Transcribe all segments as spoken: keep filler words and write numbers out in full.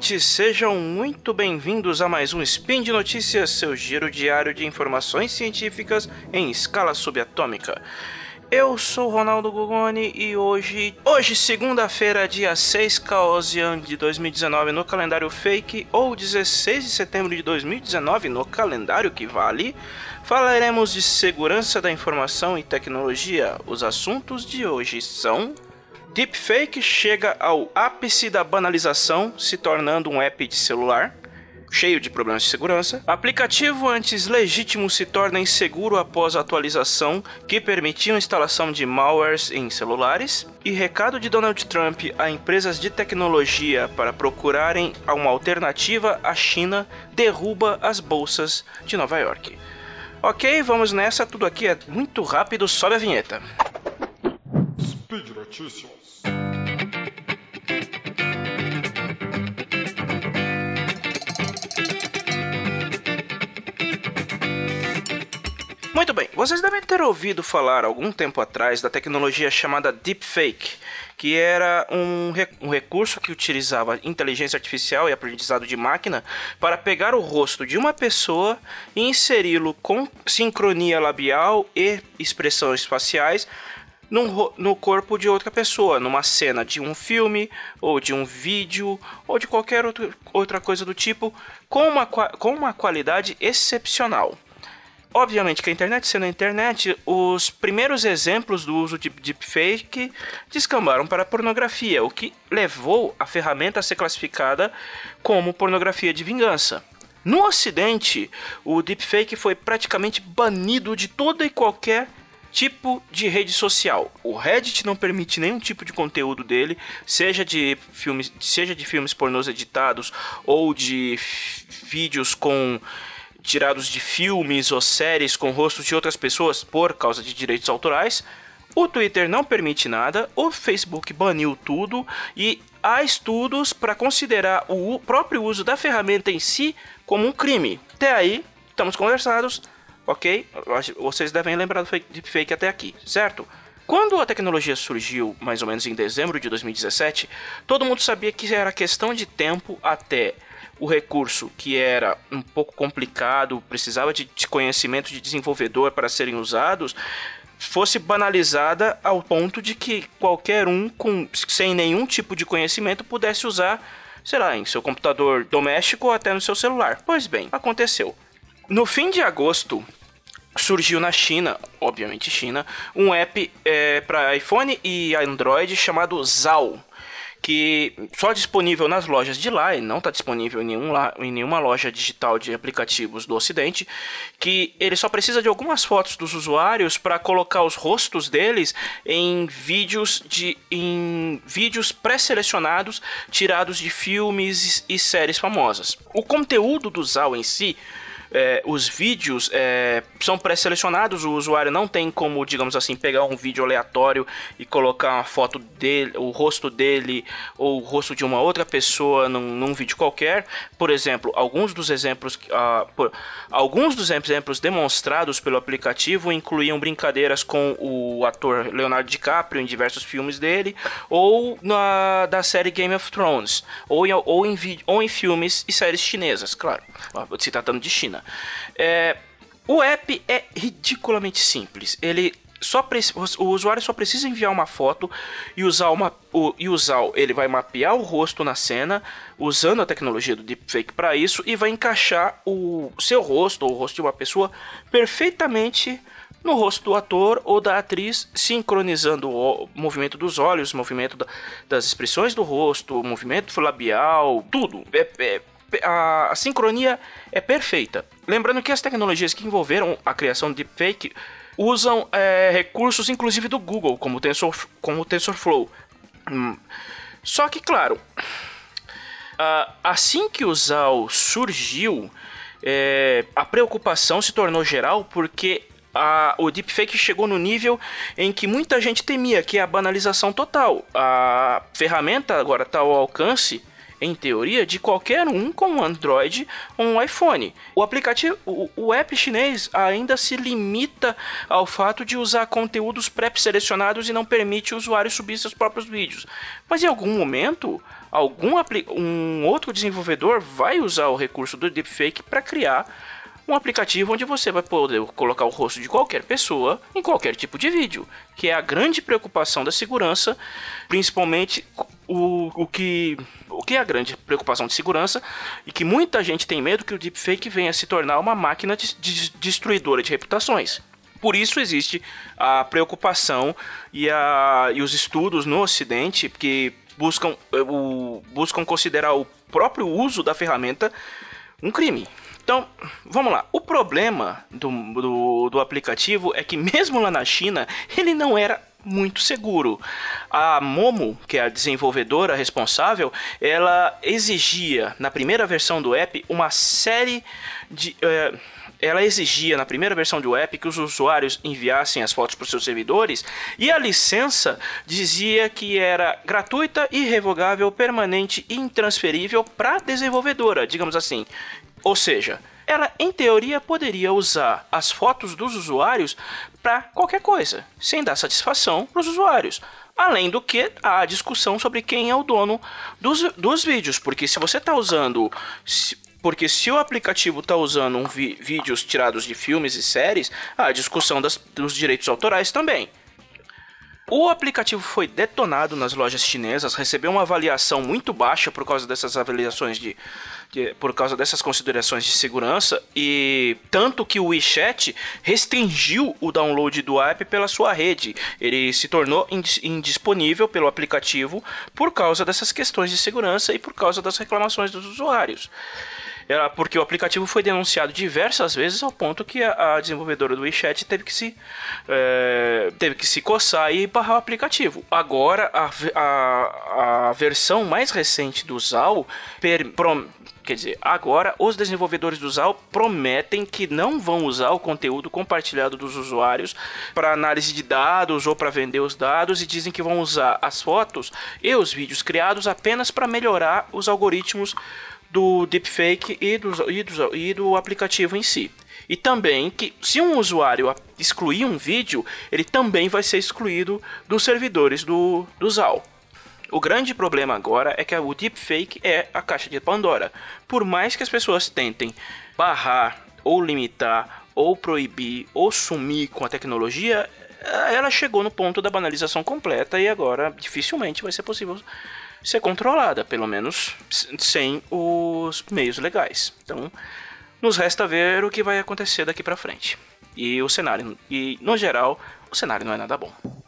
ouvintes, sejam muito bem-vindos a mais um Spin de Notícias, seu giro diário de informações científicas em escala subatômica. Eu sou Ronaldo Gugoni e hoje, hoje segunda-feira, dia seis Caosian de dois mil e dezenove no calendário fake, ou dezesseis de setembro de dois mil e dezenove no calendário que vale, falaremos de segurança da informação e tecnologia. Os assuntos de hoje são: Deepfake chega ao ápice da banalização, se tornando um app de celular, cheio de problemas de segurança. Aplicativo antes legítimo se torna inseguro após a atualização que permitiu a instalação de malwares em celulares. E recado de Donald Trump a empresas de tecnologia para procurarem uma alternativa à China derruba as bolsas de Nova York. Ok, vamos nessa, tudo aqui é muito rápido, sobe a vinheta. Speed Notícias. Muito bem, vocês devem ter ouvido falar algum tempo atrás da tecnologia chamada Deepfake, que era um, re um recurso que utilizava inteligência artificial e aprendizado de máquina para pegar o rosto de uma pessoa e inseri-lo com sincronia labial e expressões faciais no, no corpo de outra pessoa, numa cena de um filme, ou de um vídeo, ou de qualquer outro, outra coisa do tipo, com uma, com uma qualidade excepcional. Obviamente que a internet sendo a internet, os primeiros exemplos do uso de deepfake descambaram para a pornografia, o que levou a ferramenta a ser classificada como pornografia de vingança. No Ocidente, o deepfake foi praticamente banido de toda e qualquer tipo de rede social. O Reddit não permite nenhum tipo de conteúdo dele, seja de filmes, seja de filmes pornôs editados ou de vídeos com tirados de filmes ou séries com rostos de outras pessoas por causa de direitos autorais. O Twitter não permite nada, o Facebook baniu tudo e há estudos para considerar o próprio uso da ferramenta em si como um crime. Até aí, estamos conversados, ok? Vocês devem lembrar do deepfake até aqui, certo? Quando a tecnologia surgiu, mais ou menos em dezembro de dois mil e dezessete, todo mundo sabia que era questão de tempo até o recurso, que era um pouco complicado, precisava de conhecimento de desenvolvedor para serem usados, fosse banalizada ao ponto de que qualquer um com, sem nenhum tipo de conhecimento pudesse usar, sei lá, em seu computador doméstico ou até no seu celular. Pois bem, aconteceu. No fim de agosto, surgiu na China, obviamente China, um app é, para iPhone e Android chamado Zao, que só é disponível nas lojas de lá e não está disponível em, nenhum, em nenhuma loja digital de aplicativos do Ocidente, que ele só precisa de algumas fotos dos usuários para colocar os rostos deles em vídeos, de, em vídeos pré-selecionados tirados de filmes e séries famosas. O conteúdo do Zao em si, É, os vídeos é, são pré-selecionados, o usuário não tem como, digamos assim, pegar um vídeo aleatório e colocar uma foto dele, o rosto dele ou o rosto de uma outra pessoa num, num vídeo qualquer. Por exemplo, alguns dos exemplos, uh, por, alguns dos exemplos demonstrados pelo aplicativo incluíam brincadeiras com o ator Leonardo DiCaprio em diversos filmes dele, ou na, da série Game of Thrones, ou em, ou, em, ou em filmes e séries chinesas, claro, se tratando de China. É, o app é ridiculamente simples. Ele só o usuário só precisa enviar uma foto e usar uma o, e usar ele vai mapear o rosto na cena usando a tecnologia do deepfake para isso e vai encaixar o seu rosto ou o rosto de uma pessoa perfeitamente no rosto do ator ou da atriz, sincronizando o movimento dos olhos, o movimento da, das expressões do rosto, o movimento labial, tudo. É, é, A, a sincronia é perfeita. Lembrando que as tecnologias que envolveram a criação de deepfake usam é, recursos inclusive do Google, como o, Tensor, como o TensorFlow. Hum. Só que, claro, uh, assim que o Zao surgiu, é, a preocupação se tornou geral porque a, o deepfake chegou no nível em que muita gente temia, que é a banalização total. A ferramenta agora está ao alcance em teoria, de qualquer um com um Android ou um iPhone. O aplicativo, o, o app chinês ainda se limita ao fato de usar conteúdos pré-selecionados e não permite o usuário subir seus próprios vídeos. Mas em algum momento, algum um outro desenvolvedor vai usar o recurso do deepfake para criar um aplicativo onde você vai poder colocar o rosto de qualquer pessoa em qualquer tipo de vídeo, que é a grande preocupação da segurança, principalmente o, o, que, o que é a grande preocupação de segurança, e que muita gente tem medo que o deepfake venha a se tornar uma máquina de, de, destruidora de reputações. Por isso existe a preocupação e, a, e os estudos no Ocidente que buscam, o, buscam considerar o próprio uso da ferramenta um crime. Então, vamos lá. O problema do, do, do aplicativo é que mesmo lá na China, ele não era muito seguro. A Momo, que é a desenvolvedora responsável, ela exigia, na primeira versão do app, uma série de... Uh, ela exigia, na primeira versão do app, que os usuários enviassem as fotos para os seus servidores, e a licença dizia que era gratuita, irrevogável, permanente e intransferível para a desenvolvedora, digamos assim. Ou seja, ela em teoria poderia usar as fotos dos usuários para qualquer coisa, sem dar satisfação para os usuários. Além do que, há a discussão sobre quem é o dono dos, dos vídeos, porque se você está usando... Se, porque se o aplicativo está usando um vi, vídeos tirados de filmes e séries, há a discussão das, dos direitos autorais também. O aplicativo foi detonado nas lojas chinesas, recebeu uma avaliação muito baixa por causa dessas avaliações de, de por causa dessas considerações de segurança, e tanto que o WeChat restringiu o download do app pela sua rede. Ele se tornou indisponível pelo aplicativo por causa dessas questões de segurança e por causa das reclamações dos usuários. Era porque o aplicativo foi denunciado diversas vezes ao ponto que a, a desenvolvedora do WeChat teve que se é, teve que se coçar e barrar o aplicativo. Agora a, a, a versão mais recente do Zao per, prom, quer dizer, agora os desenvolvedores do Zao prometem que não vão usar o conteúdo compartilhado dos usuários para análise de dados ou para vender os dados, e dizem que vão usar as fotos e os vídeos criados apenas para melhorar os algoritmos do deepfake e do, e, do, e do aplicativo em si. E também que se um usuário excluir um vídeo, ele também vai ser excluído dos servidores do, do Zao. O grande problema agora é que o deepfake é a caixa de Pandora. Por mais que as pessoas tentem barrar, ou limitar, ou proibir, ou sumir com a tecnologia, ela chegou no ponto da banalização completa e agora dificilmente vai ser possível ser controlada, pelo menos sem os meios legais. Então, nos resta ver o que vai acontecer daqui para frente. E o cenário, e no geral, o cenário não é nada bom.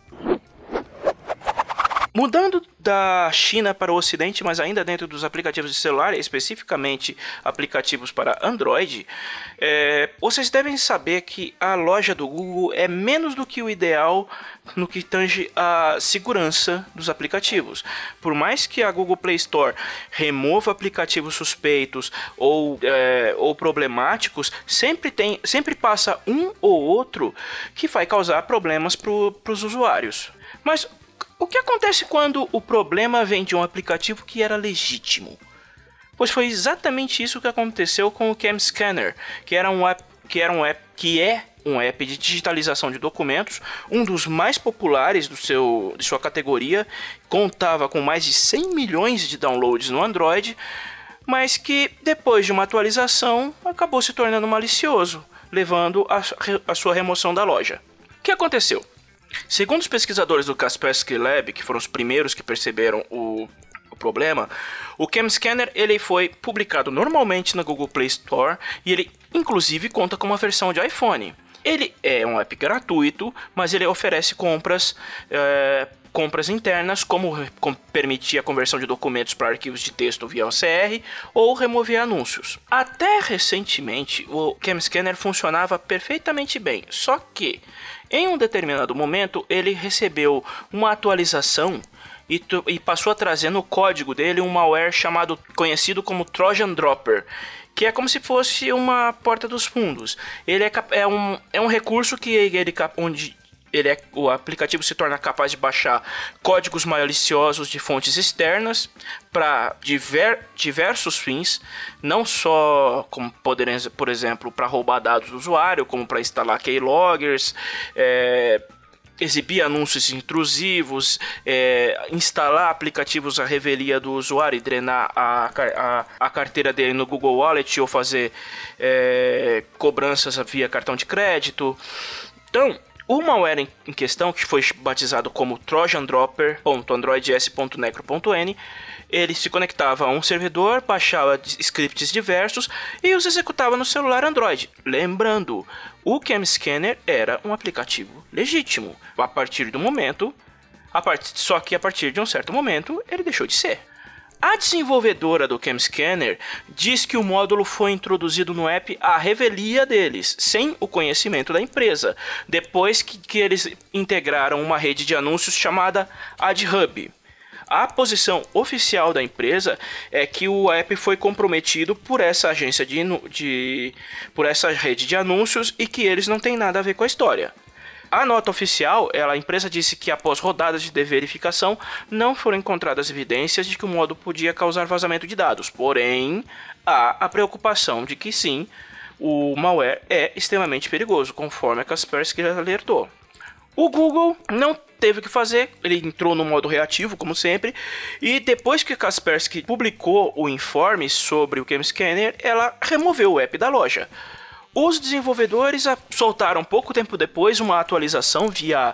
Mudando da China para o Ocidente, mas ainda dentro dos aplicativos de celular, especificamente aplicativos para Android, é, vocês devem saber que a loja do Google é menos do que o ideal no que tange a segurança dos aplicativos. Por mais que a Google Play Store remova aplicativos suspeitos ou, é, ou problemáticos, sempre, tem, sempre passa um ou outro que vai causar problemas para os usuários. Mas o que acontece quando o problema vem de um aplicativo que era legítimo? Pois foi exatamente isso que aconteceu com o Cam Scanner, que era um app, que era um app, que é um app de digitalização de documentos, um dos mais populares do seu, de sua categoria, contava com mais de cem milhões de downloads no Android, mas que depois de uma atualização acabou se tornando malicioso, levando a, a sua remoção da loja. O que aconteceu? Segundo os pesquisadores do Kaspersky Lab, que foram os primeiros que perceberam o, o problema, o Cam Scanner ele foi publicado normalmente na Google Play Store e ele inclusive conta com uma versão de iPhone. Ele é um app gratuito, mas ele oferece compras, é, compras internas, como, como permitir a conversão de documentos para arquivos de texto via O C R ou remover anúncios. Até recentemente, o Cam Scanner funcionava perfeitamente bem, só que em um determinado momento ele recebeu uma atualização e, e passou a trazer no código dele um malware chamado, conhecido como Trojan Dropper, que é como se fosse uma porta dos fundos. Ele é, é, um, é um recurso que ele, onde Ele é, o aplicativo se torna capaz de baixar códigos maliciosos de fontes externas para diver, diversos fins, não só como poderem, por exemplo, para roubar dados do usuário, como para instalar keyloggers, é, exibir anúncios intrusivos, é, instalar aplicativos à revelia do usuário e drenar a, a, a carteira dele no Google Wallet ou fazer é, cobranças via cartão de crédito. Então, o malware em questão, que foi batizado como trojan dropper ponto android s ponto necro ponto n, ele se conectava a um servidor, baixava scripts diversos e os executava no celular Android. Lembrando, o CamScanner era um aplicativo legítimo. A partir do momento, a part... só que a partir de um certo momento, ele deixou de ser. A desenvolvedora do CamScanner diz que o módulo foi introduzido no app à revelia deles, sem o conhecimento da empresa, depois que, que eles integraram uma rede de anúncios chamada AdHub. A posição oficial da empresa é que o app foi comprometido por essa agência de, de por essa rede de anúncios e que eles não têm nada a ver com a história. A nota oficial, ela, a empresa disse que após rodadas de verificação não foram encontradas evidências de que o módulo podia causar vazamento de dados. Porém, há a preocupação de que sim, o malware é extremamente perigoso, conforme a Kaspersky alertou. O Google não teve o que fazer, ele entrou no modo reativo, como sempre, e depois que a Kaspersky publicou o informe sobre o CamScanner, ela removeu o app da loja. Os desenvolvedores soltaram pouco tempo depois uma atualização via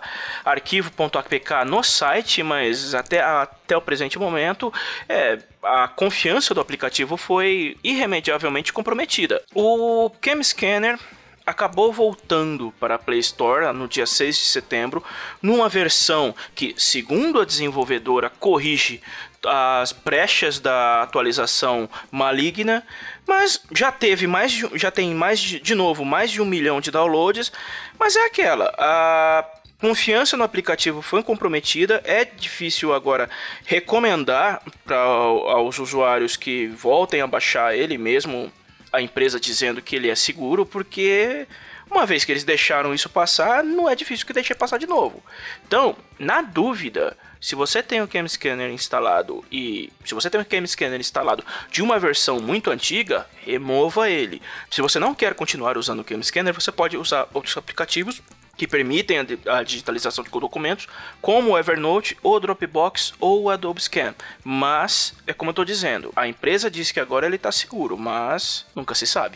arquivo.apk no site, mas até, até o presente momento é, a confiança do aplicativo foi irremediavelmente comprometida. O CamScanner acabou voltando para a Play Store no dia seis de setembro, numa versão que, segundo a desenvolvedora, corrige as brechas da atualização maligna, mas já teve mais de, já tem mais de, de novo mais de um milhão de downloads, mas é aquela, a confiança no aplicativo foi comprometida. É difícil agora recomendar para os usuários que voltem a baixar ele, mesmo a empresa dizendo que ele é seguro, porque uma vez que eles deixaram isso passar, não é difícil que deixe passar de novo. Então, na dúvida, se você tem o CamScanner instalado e se você tem o CamScanner instalado de uma versão muito antiga, remova ele. Se você não quer continuar usando o CamScanner, você pode usar outros aplicativos que permitem a, a digitalização de documentos, como o Evernote, o Dropbox ou o Adobe Scan. Mas, é como eu estou dizendo, a empresa diz que agora ele está seguro, mas nunca se sabe.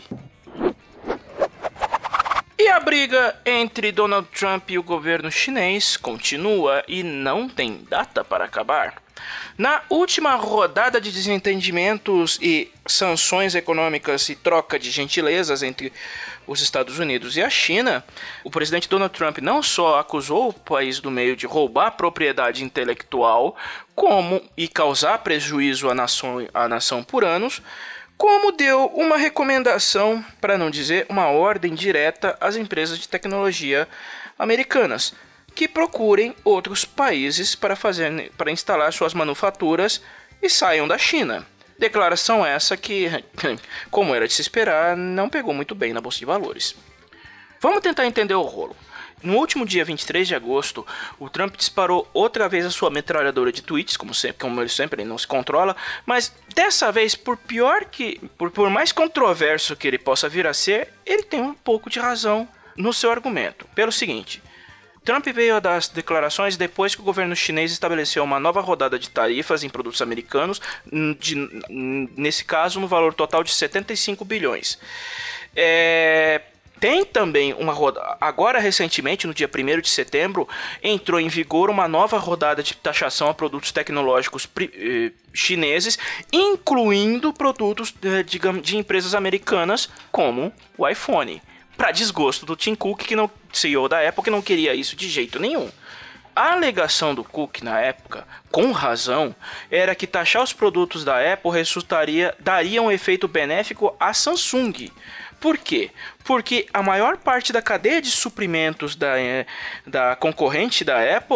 E a briga entre Donald Trump e o governo chinês continua e não tem data para acabar. Na última rodada de desentendimentos e sanções econômicas e troca de gentilezas entre os Estados Unidos e a China, o presidente Donald Trump não só acusou o país do meio de roubar propriedade intelectual, como e causar prejuízo à nação, à nação por anos, como deu uma recomendação, para não dizer uma ordem direta às empresas de tecnologia americanas, que procurem outros países para, fazer, para instalar suas manufaturas e saiam da China. Declaração essa que, como era de se esperar, não pegou muito bem na Bolsa de Valores. Vamos tentar entender o rolo. No último dia vinte e três de agosto, o Trump disparou outra vez a sua metralhadora de tweets, como sempre, como ele sempre ele não se controla, mas dessa vez, por pior que, por, por mais controverso que ele possa vir a ser, ele tem um pouco de razão no seu argumento. Pelo seguinte, Trump veio a dar as declarações depois que o governo chinês estabeleceu uma nova rodada de tarifas em produtos americanos, de, nesse caso no valor total de setenta e cinco bilhões. É... Tem também uma rodada, agora recentemente, no dia primeiro de setembro, entrou em vigor uma nova rodada de taxação a produtos tecnológicos eh, chineses, incluindo produtos de, de, de empresas americanas, como o iPhone. Para desgosto do Tim Cook, que não, C E O da Apple, que não queria isso de jeito nenhum. A alegação do Cook na época, com razão, era que taxar os produtos da Apple resultaria, daria um efeito benéfico à Samsung. Por quê? Porque a maior parte da cadeia de suprimentos da, da concorrente da Apple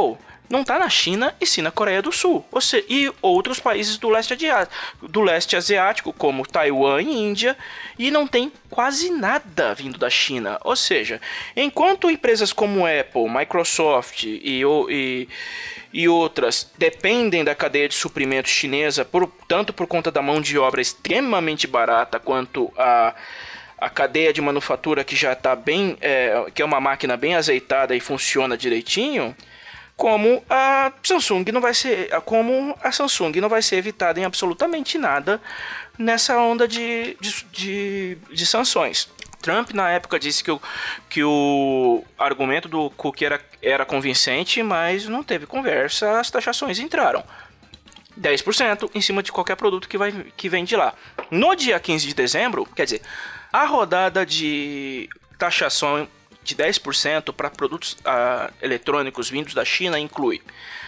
não está na China e sim na Coreia do Sul, ou seja, e outros países do leste, do leste asiático, como Taiwan e Índia, e não tem quase nada vindo da China. Ou seja, enquanto empresas como Apple, Microsoft e, e, e outras dependem da cadeia de suprimentos chinesa, por, tanto por conta da mão de obra extremamente barata, quanto a a cadeia de manufatura que já está bem, é, que é uma máquina bem azeitada e funciona direitinho, como a Samsung não vai ser, como a Samsung não vai ser evitada em absolutamente nada nessa onda de, de, de, de sanções. Trump na época disse que o, que o argumento do Cook era, era convincente, mas não teve conversa, as taxações entraram. dez por cento em cima de qualquer produto que, vai, que vem de lá. No dia quinze de dezembro, quer dizer, a rodada de taxação de dez por cento para produtos uh, eletrônicos vindos da China inclui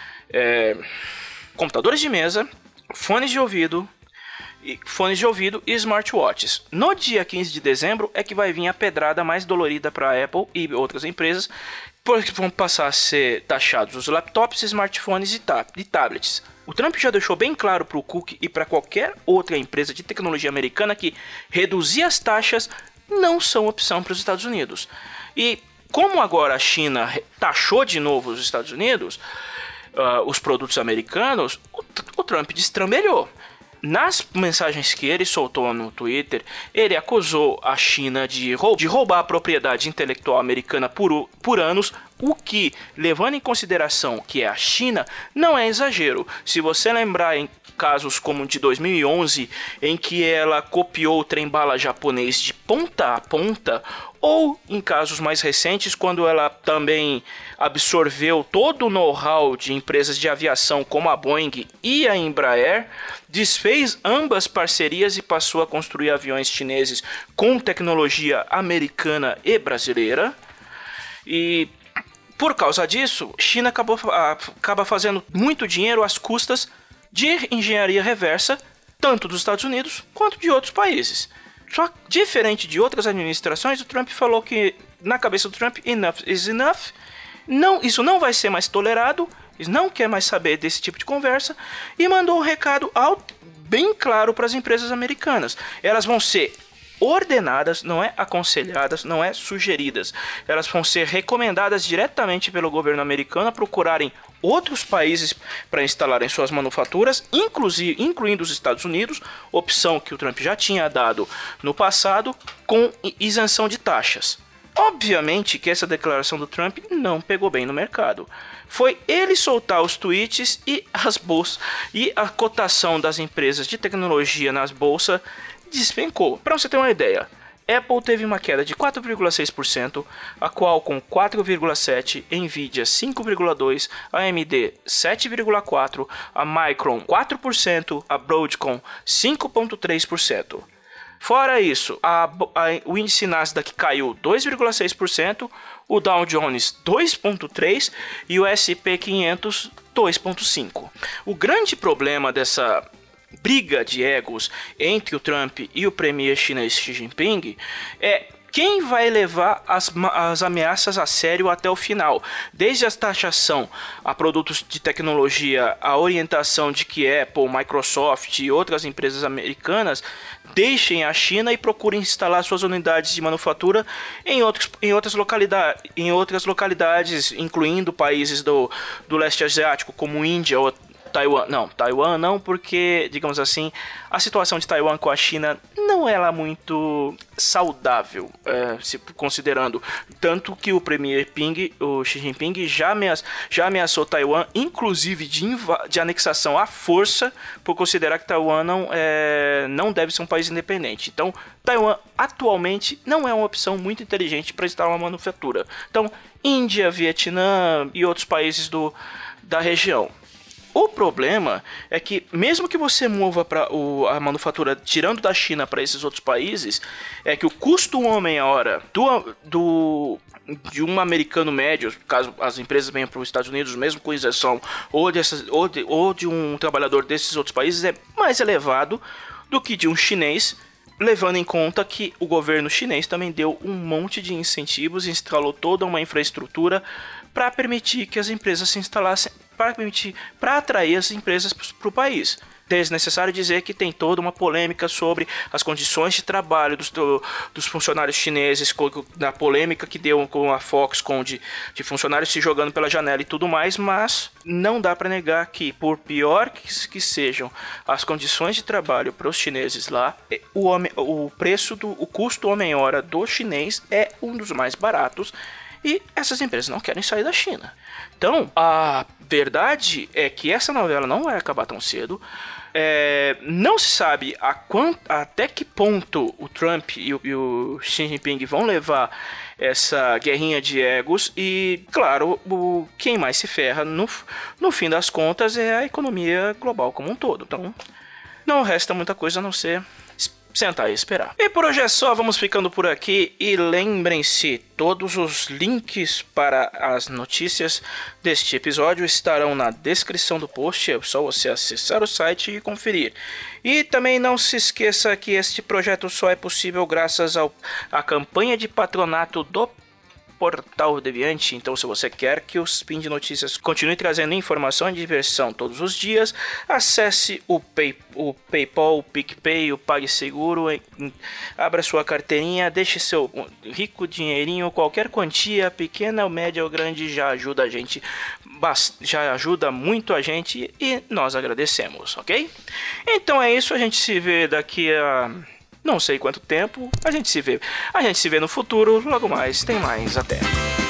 é, computadores de mesa, fones de ouvido, e, fones de ouvido e smartwatches. No dia quinze de dezembro é que vai vir a pedrada mais dolorida para a Apple e outras empresas, porque vão passar a ser taxados os laptops, smartphones e, tab e tablets. O Trump já deixou bem claro para o Cook e para qualquer outra empresa de tecnologia americana que reduzir as taxas não são opção para os Estados Unidos. E como agora a China taxou de novo os Estados Unidos, uh, os produtos americanos, o, o Trump destrambelhou. Nas mensagens que ele soltou no Twitter, ele acusou a China de, rou de roubar a propriedade intelectual americana por, por anos, o que, levando em consideração que é a China, não é exagero. Se você lembrar em casos como o de dois mil e onze, em que ela copiou o trem-bala japonês de ponta a ponta, ou em casos mais recentes, quando ela também absorveu todo o know-how de empresas de aviação como a Boeing e a Embraer, desfez ambas parcerias e passou a construir aviões chineses com tecnologia americana e brasileira. E por causa disso, China acabou, acaba fazendo muito dinheiro às custas de engenharia reversa, tanto dos Estados Unidos quanto de outros países. Só diferente de outras administrações, o Trump falou que, na cabeça do Trump, enough is enough. Não, isso não vai ser mais tolerado, ele não quer mais saber desse tipo de conversa, e mandou um recado alto, bem claro para as empresas americanas. Elas vão ser ordenadas, não é aconselhadas, não é sugeridas. Elas vão ser recomendadas diretamente pelo governo americano a procurarem outros países para instalarem suas manufaturas, inclusive, incluindo os Estados Unidos, opção que o Trump já tinha dado no passado, com isenção de taxas. Obviamente que essa declaração do Trump não pegou bem no mercado. Foi ele soltar os tweets e as bolsas e a cotação das empresas de tecnologia nas bolsas despencou. Para você ter uma ideia, Apple teve uma queda de quatro vírgula seis por cento, a Qualcomm quatro vírgula sete por cento, Nvidia cinco vírgula dois por cento, a AMD sete vírgula quatro por cento, a Micron quatro por cento, a Broadcom cinco vírgula três por cento. Fora isso, a, a, o índice Nasdaq caiu dois vírgula seis por cento, o Dow Jones dois vírgula três por cento e o S e P quinhentos dois vírgula cinco por cento. O grande problema dessa briga de egos entre o Trump e o premier chinês Xi Jinping é quem vai levar as, as ameaças a sério até o final. Desde a taxação a produtos de tecnologia, a orientação de que Apple, Microsoft e outras empresas americanas deixem a China e procurem instalar suas unidades de manufatura em, outros, em, outras, localidade, em outras localidades, incluindo países do, do leste asiático, como Índia ou Taiwan. Não, Taiwan não, porque, digamos assim, a situação de Taiwan com a China não é lá muito saudável, é, se considerando tanto que o premier Ping, o Xi Jinping, já, ameaça, já ameaçou Taiwan, inclusive de, de anexação à força, por considerar que Taiwan não, é, não deve ser um país independente. Então, Taiwan atualmente não é uma opção muito inteligente para instalar uma manufatura. Então, Índia, Vietnã e outros países do, da região. O problema é que, mesmo que você mova para a manufatura tirando da China para esses outros países, é que o custo homem-hora do, do, de um americano médio, caso as empresas venham para os Estados Unidos, mesmo com isenção, ou, dessas, ou, de, ou de um trabalhador desses outros países, é mais elevado do que de um chinês, levando em conta que o governo chinês também deu um monte de incentivos, instalou toda uma infraestrutura para permitir que as empresas se instalassem para permitir, para atrair as empresas para o país. Desnecessário dizer que tem toda uma polêmica sobre as condições de trabalho dos, do, dos funcionários chineses, na polêmica que deu com a Foxconn de, de funcionários se jogando pela janela e tudo mais, mas não dá para negar que, por pior que, que sejam as condições de trabalho para os chineses lá, o, homem, o preço do o custo homem-hora do chinês é um dos mais baratos. E essas empresas não querem sair da China. Então, a verdade é que essa novela não vai acabar tão cedo. É, não se sabe a quant, até que ponto o Trump e o, e o Xi Jinping vão levar essa guerrinha de egos. E, claro, o, quem mais se ferra no, no fim das contas é a economia global como um todo. Então, não resta muita coisa a não ser sentar e esperar. E por hoje é só, vamos ficando por aqui e lembrem-se, todos os links para as notícias deste episódio estarão na descrição do post, é só você acessar o site e conferir. E também não se esqueça que este projeto só é possível graças ao, à campanha de patronato do Portal Deviante. Então, se você quer que o Spin de Notícias continue trazendo informação e diversão todos os dias, acesse o, Pay, o PayPal, o PicPay, o PagSeguro, abra sua carteirinha, deixe seu rico dinheirinho, qualquer quantia, pequena, média ou grande, já ajuda a gente, já ajuda muito a gente e nós agradecemos, ok? Então é isso, a gente se vê daqui a não sei quanto tempo, a gente se vê. A gente se vê no futuro, logo mais, tem mais, até.